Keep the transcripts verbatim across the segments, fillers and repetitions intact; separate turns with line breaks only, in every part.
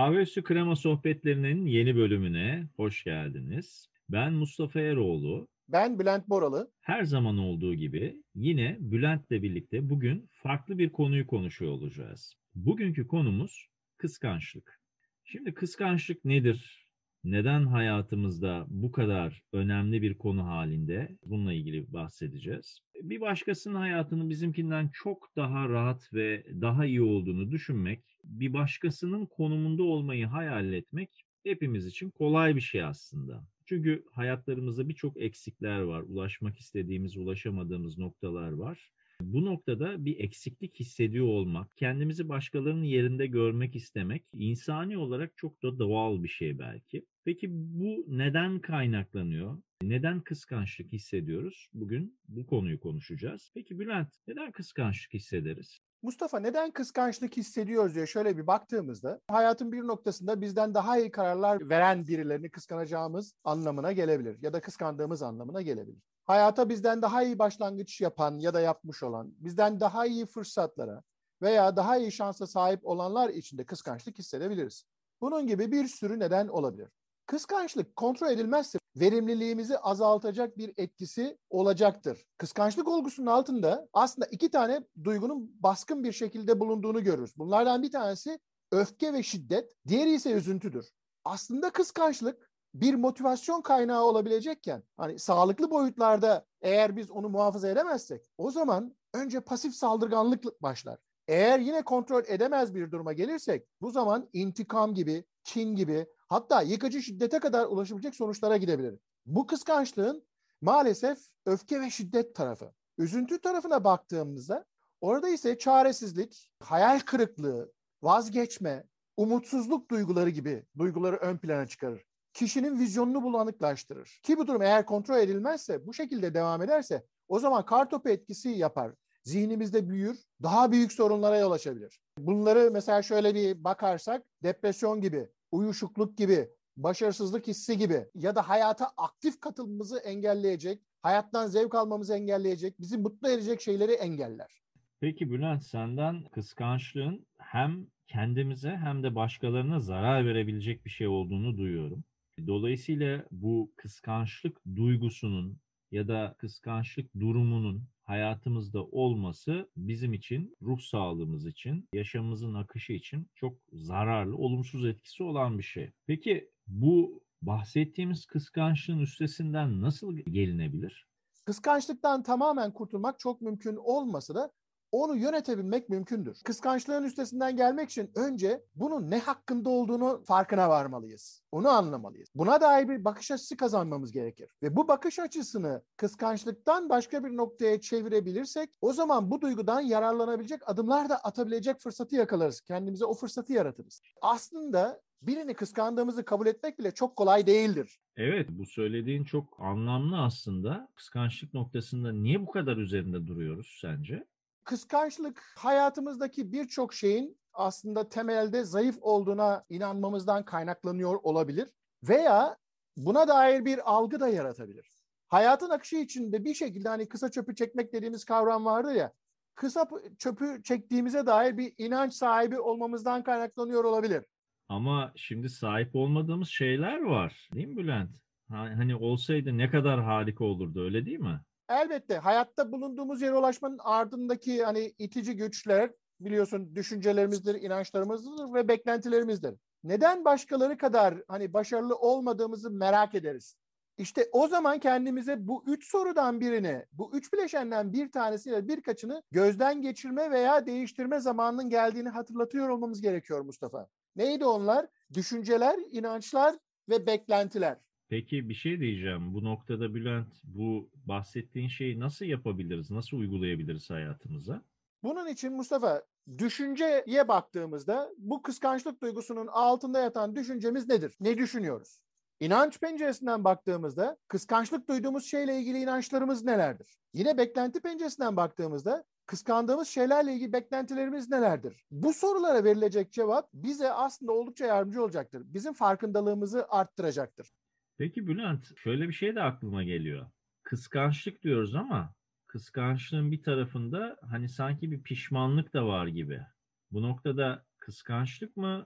Kahve Üstü Krema Sohbetlerinin yeni bölümüne hoş geldiniz. Ben Mustafa Eroğlu.
Ben Bülent Boralı.
Her zaman olduğu gibi yine Bülent'le birlikte bugün farklı bir konuyu konuşuyor olacağız. Bugünkü konumuz kıskançlık. Şimdi kıskançlık nedir? Neden hayatımızda bu kadar önemli bir konu halinde? Bununla ilgili bahsedeceğiz. Bir başkasının hayatını bizimkinden çok daha rahat ve daha iyi olduğunu düşünmek, bir başkasının konumunda olmayı hayal etmek hepimiz için kolay bir şey aslında. Çünkü hayatlarımızda birçok eksikler var. Ulaşmak istediğimiz, ulaşamadığımız noktalar var. Bu noktada bir eksiklik hissediyor olmak, kendimizi başkalarının yerinde görmek istemek insani olarak çok da doğal bir şey belki. Peki bu neden kaynaklanıyor? Neden kıskançlık hissediyoruz? Bugün bu konuyu konuşacağız. Peki Bülent, neden kıskançlık hissederiz?
Mustafa, neden kıskançlık hissediyoruz diye şöyle bir baktığımızda hayatın bir noktasında bizden daha iyi kararlar veren birilerini kıskanacağımız anlamına gelebilir ya da kıskandığımız anlamına gelebilir. Hayata bizden daha iyi başlangıç yapan ya da yapmış olan, bizden daha iyi fırsatlara veya daha iyi şansa sahip olanlar için de kıskançlık hissedebiliriz. Bunun gibi bir sürü neden olabilir. Kıskançlık kontrol edilmezse verimliliğimizi azaltacak bir etkisi olacaktır. Kıskançlık olgusunun altında aslında iki tane duygunun baskın bir şekilde bulunduğunu görürüz. Bunlardan bir tanesi öfke ve şiddet, diğeri ise üzüntüdür. Aslında kıskançlık bir motivasyon kaynağı olabilecekken, hani sağlıklı boyutlarda eğer biz onu muhafaza edemezsek, o zaman önce pasif saldırganlık başlar. Eğer yine kontrol edemez bir duruma gelirsek, bu zaman intikam gibi, kin gibi, hatta yıkıcı şiddete kadar ulaşabilecek sonuçlara gidebilir. Bu kıskançlığın maalesef öfke ve şiddet tarafı. Üzüntü tarafına baktığımızda orada ise çaresizlik, hayal kırıklığı, vazgeçme, umutsuzluk duyguları gibi duyguları ön plana çıkarır. Kişinin vizyonunu bulanıklaştırır. Ki bu durum eğer kontrol edilmezse, bu şekilde devam ederse o zaman kartopu etkisi yapar. Zihnimizde büyür, daha büyük sorunlara yol açabilir. Bunları mesela şöyle bir bakarsak, depresyon gibi, uyuşukluk gibi, başarısızlık hissi gibi ya da hayata aktif katılımımızı engelleyecek, hayattan zevk almamızı engelleyecek, bizi mutlu edecek şeyleri engeller.
Peki Bülent, senden kıskançlığın hem kendimize hem de başkalarına zarar verebilecek bir şey olduğunu duyuyorum. Dolayısıyla bu kıskançlık duygusunun ya da kıskançlık durumunun hayatımızda olması bizim için, ruh sağlığımız için, yaşamımızın akışı için çok zararlı, olumsuz etkisi olan bir şey. Peki bu bahsettiğimiz kıskançlığın üstesinden nasıl gelinebilir?
Kıskançlıktan tamamen kurtulmak çok mümkün olmasa da onu yönetebilmek mümkündür. Kıskançlığın üstesinden gelmek için önce bunun ne hakkında olduğunu farkına varmalıyız. Onu anlamalıyız. Buna dair bir bakış açısı kazanmamız gerekir. Ve bu bakış açısını kıskançlıktan başka bir noktaya çevirebilirsek o zaman bu duygudan yararlanabilecek adımlar da atabilecek fırsatı yakalarız. Kendimize o fırsatı yaratırız. Aslında birini kıskandığımızı kabul etmek bile çok kolay değildir.
Evet, bu söylediğin çok anlamlı aslında. Kıskançlık noktasında niye bu kadar üzerinde duruyoruz sence?
Kıskançlık hayatımızdaki birçok şeyin aslında temelde zayıf olduğuna inanmamızdan kaynaklanıyor olabilir veya buna dair bir algı da yaratabilir. Hayatın akışı içinde bir şekilde hani kısa çöpü çekmek dediğimiz kavram vardır ya, kısa çöpü çektiğimize dair bir inanç sahibi olmamızdan kaynaklanıyor olabilir.
Ama şimdi sahip olmadığımız şeyler var, değil mi Bülent? Hani olsaydı ne kadar harika olurdu, öyle değil mi?
Elbette hayatta bulunduğumuz yere ulaşmanın ardındaki hani itici güçler biliyorsun düşüncelerimizdir, inançlarımızdır ve beklentilerimizdir. Neden başkaları kadar hani başarılı olmadığımızı merak ederiz. İşte o zaman kendimize bu üç sorudan birini, bu üç bileşenden bir tanesiyle birkaçını gözden geçirme veya değiştirme zamanının geldiğini hatırlatıyor olmamız gerekiyor Mustafa. Neydi onlar? Düşünceler, inançlar ve beklentiler.
Peki bir şey diyeceğim. Bu noktada Bülent, bu bahsettiğin şeyi nasıl yapabiliriz, nasıl uygulayabiliriz hayatımıza?
Bunun için Mustafa, düşünceye baktığımızda bu kıskançlık duygusunun altında yatan düşüncemiz nedir? Ne düşünüyoruz? İnanç penceresinden baktığımızda kıskançlık duyduğumuz şeyle ilgili inançlarımız nelerdir? Yine beklenti penceresinden baktığımızda kıskandığımız şeylerle ilgili beklentilerimiz nelerdir? Bu sorulara verilecek cevap bize aslında oldukça yardımcı olacaktır. Bizim farkındalığımızı arttıracaktır.
Peki Bülent, şöyle bir şey de aklıma geliyor. Kıskançlık diyoruz ama kıskançlığın bir tarafında hani sanki bir pişmanlık da var gibi. Bu noktada kıskançlık mı,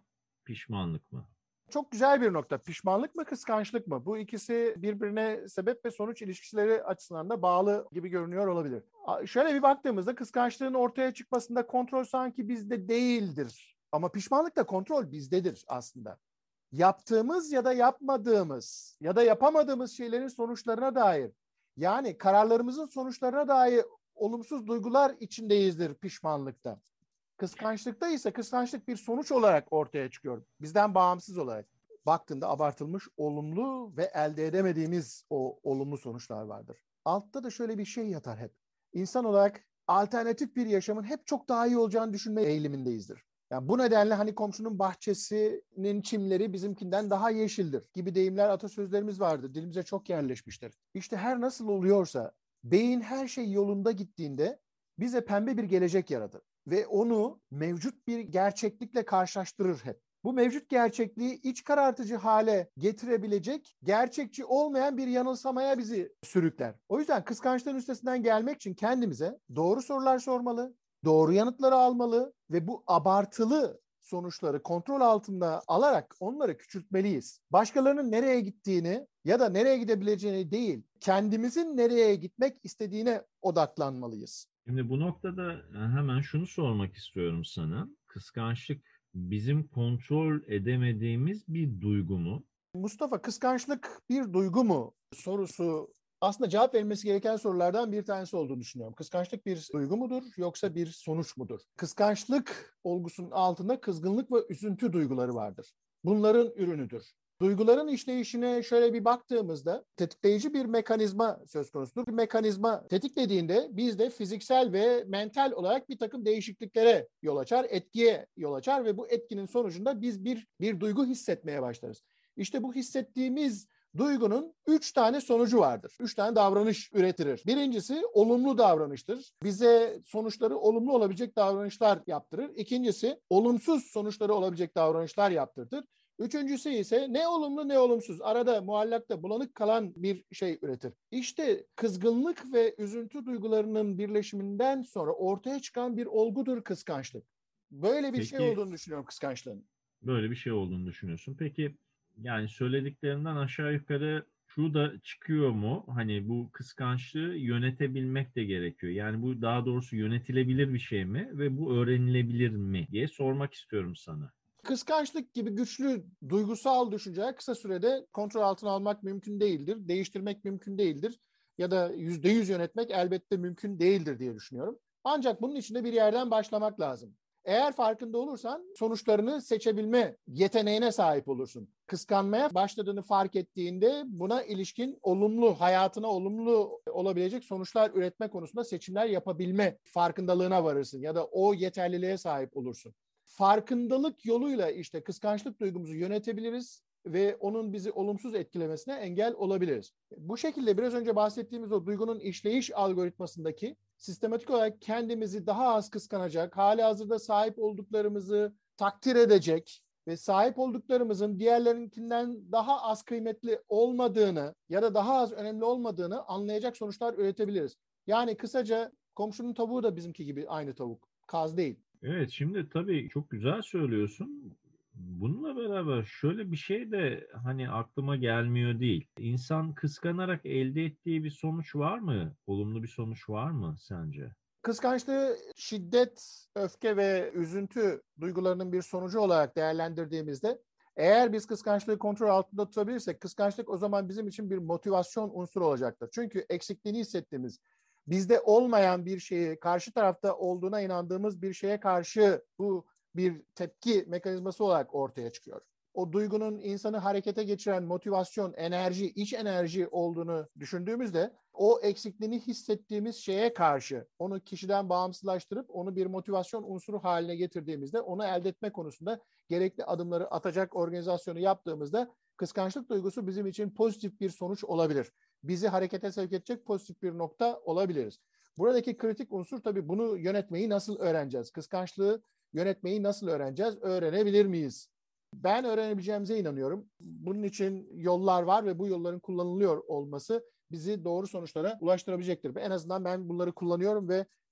pişmanlık mı?
Çok güzel bir nokta. Pişmanlık mı, kıskançlık mı? Bu ikisi birbirine sebep ve sonuç ilişkileri açısından da bağlı gibi görünüyor olabilir. Şöyle bir baktığımızda kıskançlığın ortaya çıkmasında kontrol sanki bizde değildir. Ama pişmanlık da kontrol bizdedir aslında. Yaptığımız ya da yapmadığımız ya da yapamadığımız şeylerin sonuçlarına dair, yani kararlarımızın sonuçlarına dair olumsuz duygular içindeyizdir pişmanlıkta. Kıskançlıkta ise kıskançlık bir sonuç olarak ortaya çıkıyor. Bizden bağımsız olarak. Baktığında abartılmış olumlu ve elde edemediğimiz o olumlu sonuçlar vardır. Altta da şöyle bir şey yatar hep. İnsan olarak alternatif bir yaşamın hep çok daha iyi olacağını düşünme eğilimindeyizdir. Yani bu nedenle hani komşunun bahçesinin çimleri bizimkinden daha yeşildir gibi deyimler, atasözlerimiz vardır. Dilimize çok yerleşmiştir. İşte her nasıl oluyorsa beyin her şey yolunda gittiğinde bize pembe bir gelecek yaratır. Ve onu mevcut bir gerçeklikle karşılaştırır hep. Bu mevcut gerçekliği iç karartıcı hale getirebilecek, gerçekçi olmayan bir yanılsamaya bizi sürükler. O yüzden kıskançlığın üstesinden gelmek için kendimize doğru sorular sormalı, doğru yanıtları almalı ve bu abartılı sonuçları kontrol altında alarak onları küçültmeliyiz. Başkalarının nereye gittiğini ya da nereye gidebileceğini değil, kendimizin nereye gitmek istediğine odaklanmalıyız.
Şimdi bu noktada hemen şunu sormak istiyorum sana. Kıskançlık bizim kontrol edemediğimiz bir duygu mu?
Mustafa, kıskançlık bir duygu mu sorusu aslında cevap verilmesi gereken sorulardan bir tanesi olduğunu düşünüyorum. Kıskançlık bir duygu mudur yoksa bir sonuç mudur? Kıskançlık olgusunun altında kızgınlık ve üzüntü duyguları vardır. Bunların ürünüdür. Duyguların işleyişine şöyle bir baktığımızda tetikleyici bir mekanizma söz konusudur. Bir mekanizma tetiklediğinde bizde fiziksel ve mental olarak bir takım değişikliklere yol açar, etkiye yol açar ve bu etkinin sonucunda biz bir, bir duygu hissetmeye başlarız. İşte bu hissettiğimiz duygunun üç tane sonucu vardır. Üç tane davranış üretir. Birincisi olumlu davranıştır. Bize sonuçları olumlu olabilecek davranışlar yaptırır. İkincisi olumsuz sonuçları olabilecek davranışlar yaptırır. Üçüncüsü ise ne olumlu ne olumsuz, arada muallakta bulanık kalan bir şey üretir. İşte kızgınlık ve üzüntü duygularının birleşiminden sonra ortaya çıkan bir olgudur kıskançlık. Böyle bir şey
Peki
olduğunu düşünüyorum kıskançlığın.
böyle bir şey olduğunu düşünüyorsun. Peki yani söylediklerinden aşağı yukarı şu da çıkıyor mu? Hani bu kıskançlığı yönetebilmek de gerekiyor. Yani bu daha doğrusu yönetilebilir bir şey mi ve bu öğrenilebilir mi diye sormak istiyorum sana.
Kıskançlık gibi güçlü duygusal düşünceler kısa sürede kontrol altına almak mümkün değildir. Değiştirmek mümkün değildir. Ya da yüzde yüz yönetmek elbette mümkün değildir diye düşünüyorum. Ancak bunun için de bir yerden başlamak lazım. Eğer farkında olursan sonuçlarını seçebilme yeteneğine sahip olursun. Kıskanmaya başladığını fark ettiğinde buna ilişkin olumlu, hayatına olumlu olabilecek sonuçlar üretme konusunda seçimler yapabilme farkındalığına varırsın ya da o yeterliliğe sahip olursun. Farkındalık yoluyla işte kıskançlık duygumuzu yönetebiliriz ve onun bizi olumsuz etkilemesine engel olabiliriz. Bu şekilde biraz önce bahsettiğimiz o duygunun işleyiş algoritmasındaki sistematik olarak kendimizi daha az kıskanacak, halihazırda sahip olduklarımızı takdir edecek ve sahip olduklarımızın diğerlerinkinden daha az kıymetli olmadığını ya da daha az önemli olmadığını anlayacak sonuçlar üretebiliriz. Yani kısaca komşunun tavuğu da bizimki gibi aynı tavuk, kaz değil.
Evet, şimdi tabii çok güzel söylüyorsun. Bununla beraber şöyle bir şey de hani aklıma gelmiyor değil. İnsan kıskanarak elde ettiği bir sonuç var mı? Olumlu bir sonuç var mı sence?
Kıskançlığı şiddet, öfke ve üzüntü duygularının bir sonucu olarak değerlendirdiğimizde eğer biz kıskançlığı kontrol altında tutabilirsek kıskançlık o zaman bizim için bir motivasyon unsuru olacaktır. Çünkü eksikliğini hissettiğimiz, bizde olmayan bir şeyi, karşı tarafta olduğuna inandığımız bir şeye karşı bu bir tepki mekanizması olarak ortaya çıkıyor. O duygunun insanı harekete geçiren motivasyon, enerji, iç enerji olduğunu düşündüğümüzde o eksikliğini hissettiğimiz şeye karşı onu kişiden bağımsızlaştırıp onu bir motivasyon unsuru haline getirdiğimizde onu elde etme konusunda gerekli adımları atacak organizasyonu yaptığımızda kıskançlık duygusu bizim için pozitif bir sonuç olabilir. Bizi harekete sevk edecek pozitif bir nokta olabiliriz. Buradaki kritik unsur tabii bunu yönetmeyi nasıl öğreneceğiz? Kıskançlığı yönetmeyi nasıl öğreneceğiz? Öğrenebilir miyiz? Ben öğrenebileceğimize inanıyorum. Bunun için yollar var ve bu yolların kullanılıyor olması bizi doğru sonuçlara ulaştırabilecektir. En azından ben bunları kullanıyorum ve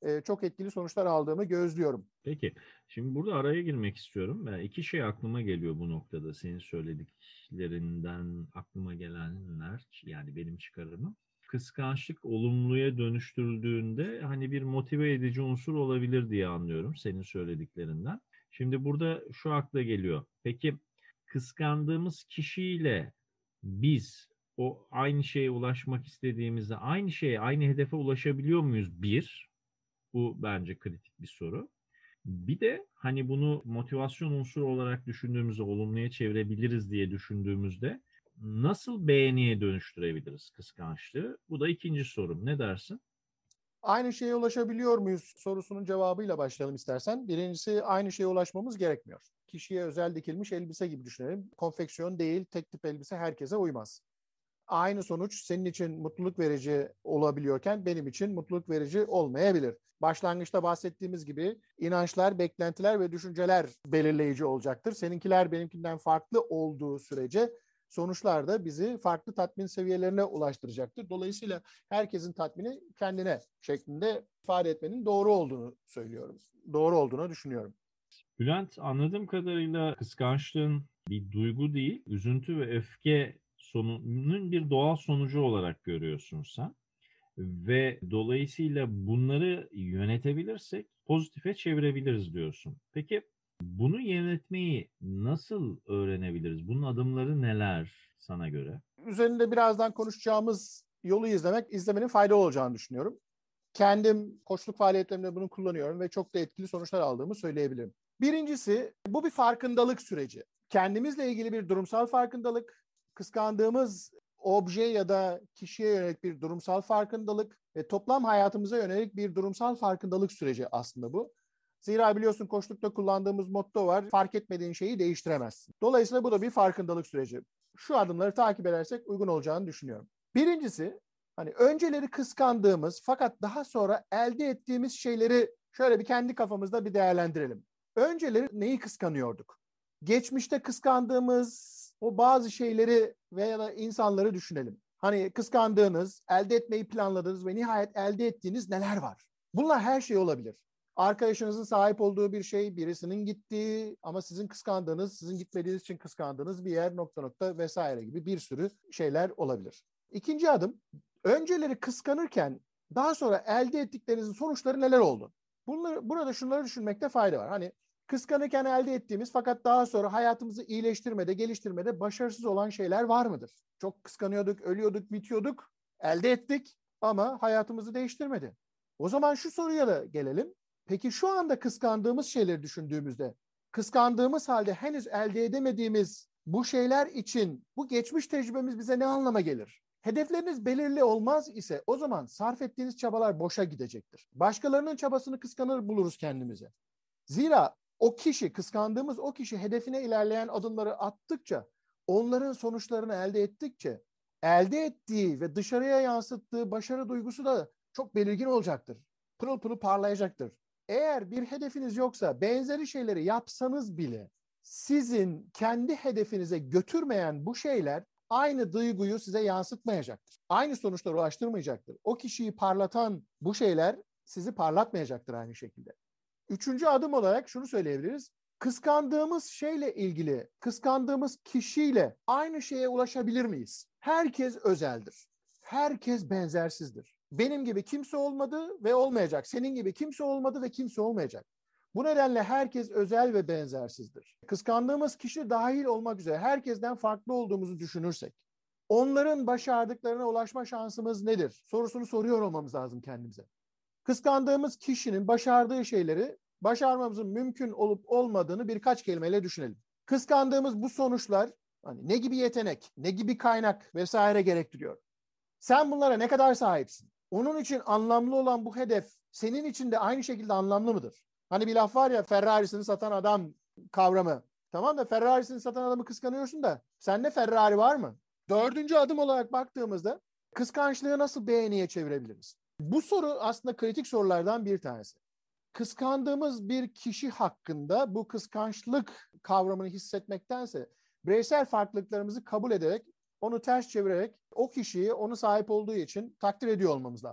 e, çok etkili sonuçlar aldığımı gözlüyorum.
Peki, şimdi burada araya girmek istiyorum. Ben iki şey aklıma geliyor bu noktada. Senin söylediklerinden aklıma gelenler, yani benim çıkarımım. Kıskançlık olumluya dönüştürüldüğünde hani bir motive edici unsur olabilir diye anlıyorum senin söylediklerinden. Şimdi burada şu akla geliyor. Peki kıskandığımız kişiyle biz o aynı şeye ulaşmak istediğimizde aynı şeye, aynı hedefe ulaşabiliyor muyuz? Bir, bu bence kritik bir soru. Bir de hani bunu motivasyon unsuru olarak düşündüğümüzde, olumluya çevirebiliriz diye düşündüğümüzde nasıl beğeniye dönüştürebiliriz kıskançlığı? Bu da ikinci sorum. Ne dersin?
Aynı şeye ulaşabiliyor muyuz sorusunun cevabıyla başlayalım istersen. Birincisi, aynı şeye ulaşmamız gerekmiyor. Kişiye özel dikilmiş elbise gibi düşünelim. Konfeksiyon değil, tek tip elbise herkese uymaz. Aynı sonuç senin için mutluluk verici olabiliyorken benim için mutluluk verici olmayabilir. Başlangıçta bahsettiğimiz gibi inançlar, beklentiler ve düşünceler belirleyici olacaktır. Seninkiler benimkinden farklı olduğu sürece sonuçlar da bizi farklı tatmin seviyelerine ulaştıracaktır. Dolayısıyla herkesin tatmini kendine şeklinde ifade etmenin doğru olduğunu söylüyorum. Doğru olduğunu düşünüyorum.
Bülent, anladığım kadarıyla kıskançlığın bir duygu değil, üzüntü ve öfke sonunun bir doğal sonucu olarak görüyorsun sen. Ve dolayısıyla bunları yönetebilirsek pozitife çevirebiliriz diyorsun. Peki bunu yönetmeyi nasıl öğrenebiliriz? Bunun adımları neler sana göre?
Üzerinde birazdan konuşacağımız yolu izlemek, izlemenin faydalı olacağını düşünüyorum. Kendim koçluk faaliyetlerimde bunu kullanıyorum ve çok da etkili sonuçlar aldığımı söyleyebilirim. Birincisi, bu bir farkındalık süreci. Kendimizle ilgili bir durumsal farkındalık, kıskandığımız obje ya da kişiye yönelik bir durumsal farkındalık ve toplam hayatımıza yönelik bir durumsal farkındalık süreci aslında bu. Zira biliyorsun koçlukta kullandığımız motto var, fark etmediğin şeyi değiştiremezsin. Dolayısıyla bu da bir farkındalık süreci. Şu adımları takip edersek uygun olacağını düşünüyorum. Birincisi, hani önceleri kıskandığımız fakat daha sonra elde ettiğimiz şeyleri şöyle bir kendi kafamızda bir değerlendirelim. Önceleri neyi kıskanıyorduk? Geçmişte kıskandığımız o bazı şeyleri veya da insanları düşünelim. Hani kıskandığınız, elde etmeyi planladığınız ve nihayet elde ettiğiniz neler var? Bunlar her şey olabilir. Arkadaşınızın sahip olduğu bir şey, birisinin gittiği ama sizin kıskandığınız, sizin gitmediğiniz için kıskandığınız bir yer, nokta nokta vesaire gibi bir sürü şeyler olabilir. İkinci adım, önceleri kıskanırken daha sonra elde ettiklerinizin sonuçları neler oldu? Bunları, burada şunları düşünmekte fayda var. Hani kıskanırken elde ettiğimiz fakat daha sonra hayatımızı iyileştirmede, geliştirmede başarısız olan şeyler var mıdır? Çok kıskanıyorduk, ölüyorduk, bitiyorduk, elde ettik ama hayatımızı değiştirmedi. O zaman şu soruya da gelelim. Peki şu anda kıskandığımız şeyleri düşündüğümüzde, kıskandığımız halde henüz elde edemediğimiz bu şeyler için bu geçmiş tecrübemiz bize ne anlama gelir? Hedefleriniz belirli olmaz ise o zaman sarf ettiğiniz çabalar boşa gidecektir. Başkalarının çabasını kıskanır buluruz kendimize. Zira o kişi, kıskandığımız o kişi hedefine ilerleyen adımları attıkça, onların sonuçlarını elde ettikçe, elde ettiği ve dışarıya yansıttığı başarı duygusu da çok belirgin olacaktır. Pırıl pırıl parlayacaktır. Eğer bir hedefiniz yoksa benzeri şeyleri yapsanız bile sizin kendi hedefinize götürmeyen bu şeyler aynı duyguyu size yansıtmayacaktır. Aynı sonuçlara ulaştırmayacaktır. O kişiyi parlatan bu şeyler sizi parlatmayacaktır aynı şekilde. Üçüncü adım olarak şunu söyleyebiliriz. Kıskandığımız şeyle ilgili, kıskandığımız kişiyle aynı şeye ulaşabilir miyiz? Herkes özeldir. Herkes benzersizdir. Benim gibi kimse olmadı ve olmayacak. Senin gibi kimse olmadı ve kimse olmayacak. Bu nedenle herkes özel ve benzersizdir. Kıskandığımız kişi dahil olmak üzere herkesten farklı olduğumuzu düşünürsek, onların başardıklarına ulaşma şansımız nedir? Sorusunu soruyor olmamız lazım kendimize. Kıskandığımız kişinin başardığı şeyleri başarmamızın mümkün olup olmadığını birkaç kelimeyle düşünelim. Kıskandığımız bu sonuçlar hani ne gibi yetenek, ne gibi kaynak vesaire gerektiriyor? Sen bunlara ne kadar sahipsin? Onun için anlamlı olan bu hedef senin için de aynı şekilde anlamlı mıdır? Hani bir laf var ya, Ferrari'sini satan adam kavramı. Tamam da Ferrari'sini satan adamı kıskanıyorsun da sende Ferrari var mı? Dördüncü adım olarak baktığımızda kıskançlığı nasıl beğeniye çevirebiliriz? Bu soru aslında kritik sorulardan bir tanesi. Kıskandığımız bir kişi hakkında bu kıskançlık kavramını hissetmektense bireysel farklılıklarımızı kabul ederek, onu ters çevirerek o kişiyi onu sahip olduğu için takdir ediyor olmamız lazım.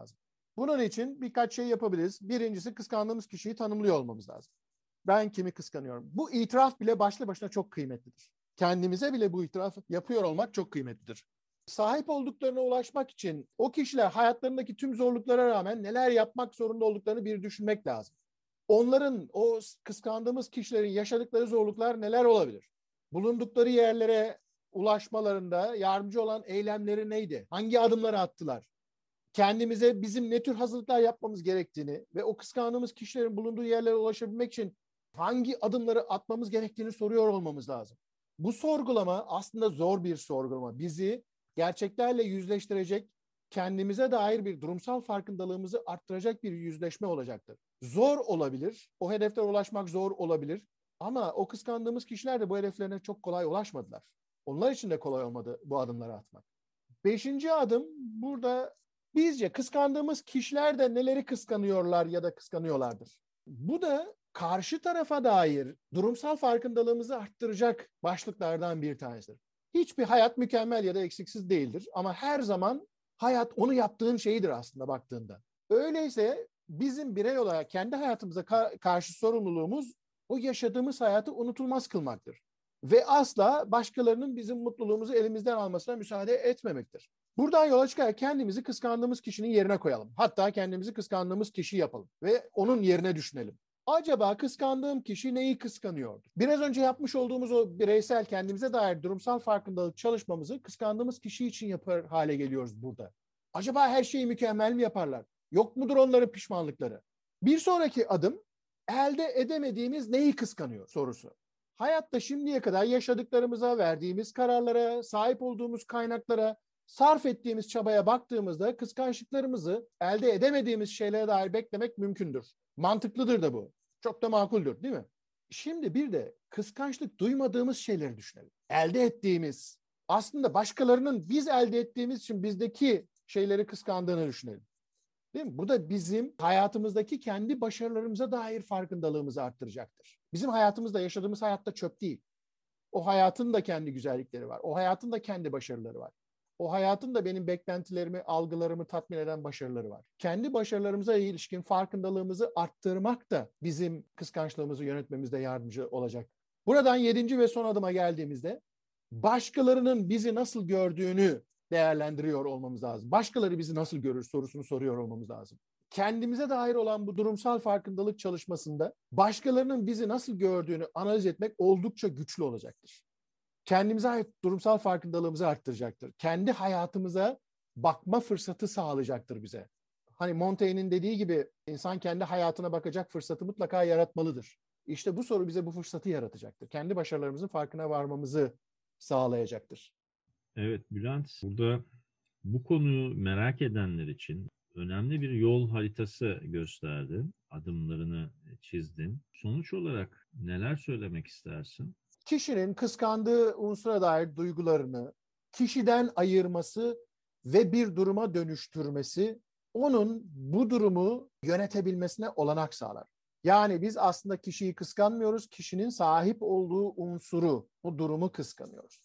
Bunun için birkaç şey yapabiliriz. Birincisi kıskandığımız kişiyi tanımlıyor olmamız lazım. Ben kimi kıskanıyorum? Bu itiraf bile başlı başına çok kıymetlidir. Kendimize bile bu itiraf yapıyor olmak çok kıymetlidir. Sahip olduklarına ulaşmak için o kişiler hayatlarındaki tüm zorluklara rağmen neler yapmak zorunda olduklarını bir düşünmek lazım. Onların, o kıskandığımız kişilerin yaşadıkları zorluklar neler olabilir? Bulundukları yerlere ulaşmalarında yardımcı olan eylemleri neydi? Hangi adımları attılar? Kendimize bizim ne tür hazırlıklar yapmamız gerektiğini ve o kıskandığımız kişilerin bulunduğu yerlere ulaşabilmek için hangi adımları atmamız gerektiğini soruyor olmamız lazım. Bu sorgulama aslında zor bir sorgulama. Bizi gerçeklerle yüzleştirecek, kendimize dair bir durumsal farkındalığımızı arttıracak bir yüzleşme olacaktır. Zor olabilir, o hedeflere ulaşmak zor olabilir ama o kıskandığımız kişiler de bu hedeflerine çok kolay ulaşmadılar. Onlar için de kolay olmadı bu adımları atmak. Beşinci adım burada bizce kıskandığımız kişiler de neleri kıskanıyorlar ya da kıskanıyorlardır. Bu da karşı tarafa dair durumsal farkındalığımızı arttıracak başlıklardan bir tanesidir. Hiçbir hayat mükemmel ya da eksiksiz değildir ama her zaman hayat onu yaptığın şeyidir aslında baktığında. Öyleyse bizim birey olarak kendi hayatımıza ka- karşı sorumluluğumuz o yaşadığımız hayatı unutulmaz kılmaktır. Ve asla başkalarının bizim mutluluğumuzu elimizden almasına müsaade etmemektir. Buradan yola çıkarak kendimizi kıskandığımız kişinin yerine koyalım. Hatta kendimizi kıskandığımız kişi yapalım ve onun yerine düşünelim. Acaba kıskandığım kişi neyi kıskanıyordu? Biraz önce yapmış olduğumuz o bireysel kendimize dair durumsal farkındalık çalışmamızı kıskandığımız kişi için yapar hale geliyoruz burada. Acaba her şeyi mükemmel mi yaparlar? Yok mudur onların pişmanlıkları? Bir sonraki adım elde edemediğimiz neyi kıskanıyor sorusu. Hayatta şimdiye kadar yaşadıklarımıza, verdiğimiz kararlara, sahip olduğumuz kaynaklara, sarf ettiğimiz çabaya baktığımızda kıskançlıklarımızı elde edemediğimiz şeylere dair beklemek mümkündür. Mantıklıdır da bu. Çok da makuldür, değil mi? Şimdi bir de kıskançlık duymadığımız şeyleri düşünelim. Elde ettiğimiz, aslında başkalarının biz elde ettiğimiz için bizdeki şeyleri kıskandığını düşünelim. Değil mi? Bu da bizim hayatımızdaki kendi başarılarımıza dair farkındalığımızı arttıracaktır. Bizim hayatımızda yaşadığımız hayatta çöp değil. O hayatın da kendi güzellikleri var. O hayatın da kendi başarıları var. O hayatın da benim beklentilerimi, algılarımı tatmin eden başarıları var. Kendi başarılarımıza ilişkin farkındalığımızı arttırmak da bizim kıskançlığımızı yönetmemizde yardımcı olacak. Buradan yedinci ve son adıma geldiğimizde başkalarının bizi nasıl gördüğünü değerlendiriyor olmamız lazım. Başkaları bizi nasıl görür sorusunu soruyor olmamız lazım. Kendimize dair olan bu durumsal farkındalık çalışmasında başkalarının bizi nasıl gördüğünü analiz etmek oldukça güçlü olacaktır. Kendimize ait durumsal farkındalığımızı arttıracaktır. Kendi hayatımıza bakma fırsatı sağlayacaktır bize. Hani Montaigne'in dediği gibi insan kendi hayatına bakacak fırsatı mutlaka yaratmalıdır. İşte bu soru bize bu fırsatı yaratacaktır. Kendi başarılarımızın farkına varmamızı sağlayacaktır.
Evet Bülent, burada bu konuyu merak edenler için önemli bir yol haritası gösterdin, adımlarını çizdin. Sonuç olarak neler söylemek istersin?
Kişinin kıskandığı unsura dair duygularını kişiden ayırması ve bir duruma dönüştürmesi onun bu durumu yönetebilmesine olanak sağlar. Yani biz aslında kişiyi kıskanmıyoruz, kişinin sahip olduğu unsuru, bu durumu kıskanıyoruz.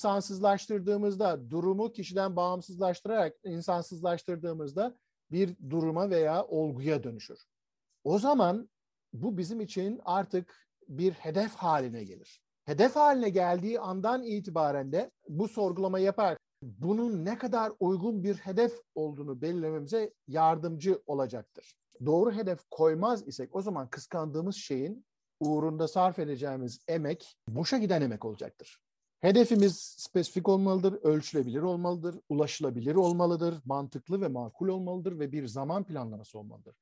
İnsansızlaştırdığımızda, durumu kişiden bağımsızlaştırarak insansızlaştırdığımızda bir duruma veya olguya dönüşür. O zaman bu bizim için artık bir hedef haline gelir. Hedef haline geldiği andan itibaren de bu sorgulamayı yapar. Bunun ne kadar uygun bir hedef olduğunu belirlememize yardımcı olacaktır. Doğru hedef koymaz isek o zaman kıskandığımız şeyin uğrunda sarf edeceğimiz emek boşa giden emek olacaktır. Hedefimiz spesifik olmalıdır, ölçülebilir olmalıdır, ulaşılabilir olmalıdır, mantıklı ve makul olmalıdır ve bir zaman planlaması olmalıdır.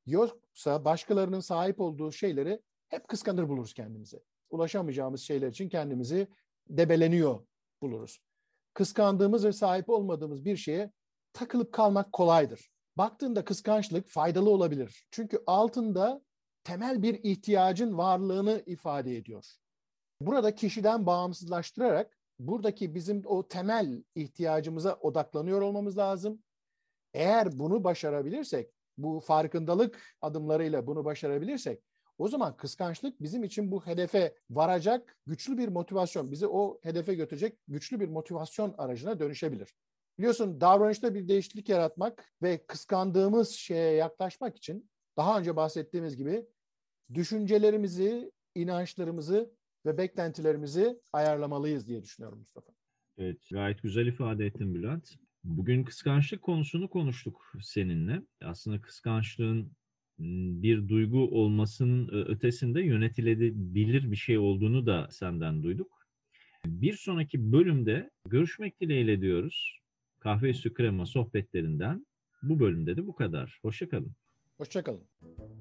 Yoksa başkalarının sahip olduğu şeyleri hep kıskanır buluruz kendimizi. Ulaşamayacağımız şeyler için kendimizi debeleniyor buluruz. Kıskandığımız ve sahip olmadığımız bir şeye takılıp kalmak kolaydır. Baktığında kıskançlık faydalı olabilir. Çünkü altında temel bir ihtiyacın varlığını ifade ediyor. Burada kişiden bağımsızlaştırarak buradaki bizim o temel ihtiyacımıza odaklanıyor olmamız lazım. Eğer bunu başarabilirsek, bu farkındalık adımlarıyla bunu başarabilirsek, o zaman kıskançlık bizim için bu hedefe varacak güçlü bir motivasyon, bizi o hedefe götürecek güçlü bir motivasyon aracına dönüşebilir. Biliyorsun davranışta bir değişiklik yaratmak ve kıskandığımız şeye yaklaşmak için daha önce bahsettiğimiz gibi düşüncelerimizi, inançlarımızı ve beklentilerimizi ayarlamalıyız diye düşünüyorum Mustafa.
Evet, gayet güzel ifade ettin Bülent. Bugün kıskançlık konusunu konuştuk seninle. Aslında kıskançlığın bir duygu olmasının ötesinde yönetilebilir bir şey olduğunu da senden duyduk. Bir sonraki bölümde görüşmek dileğiyle diyoruz. Kahve üstü krema sohbetlerinden bu bölümde de bu kadar. Hoşça kalın.
Hoşça kalın.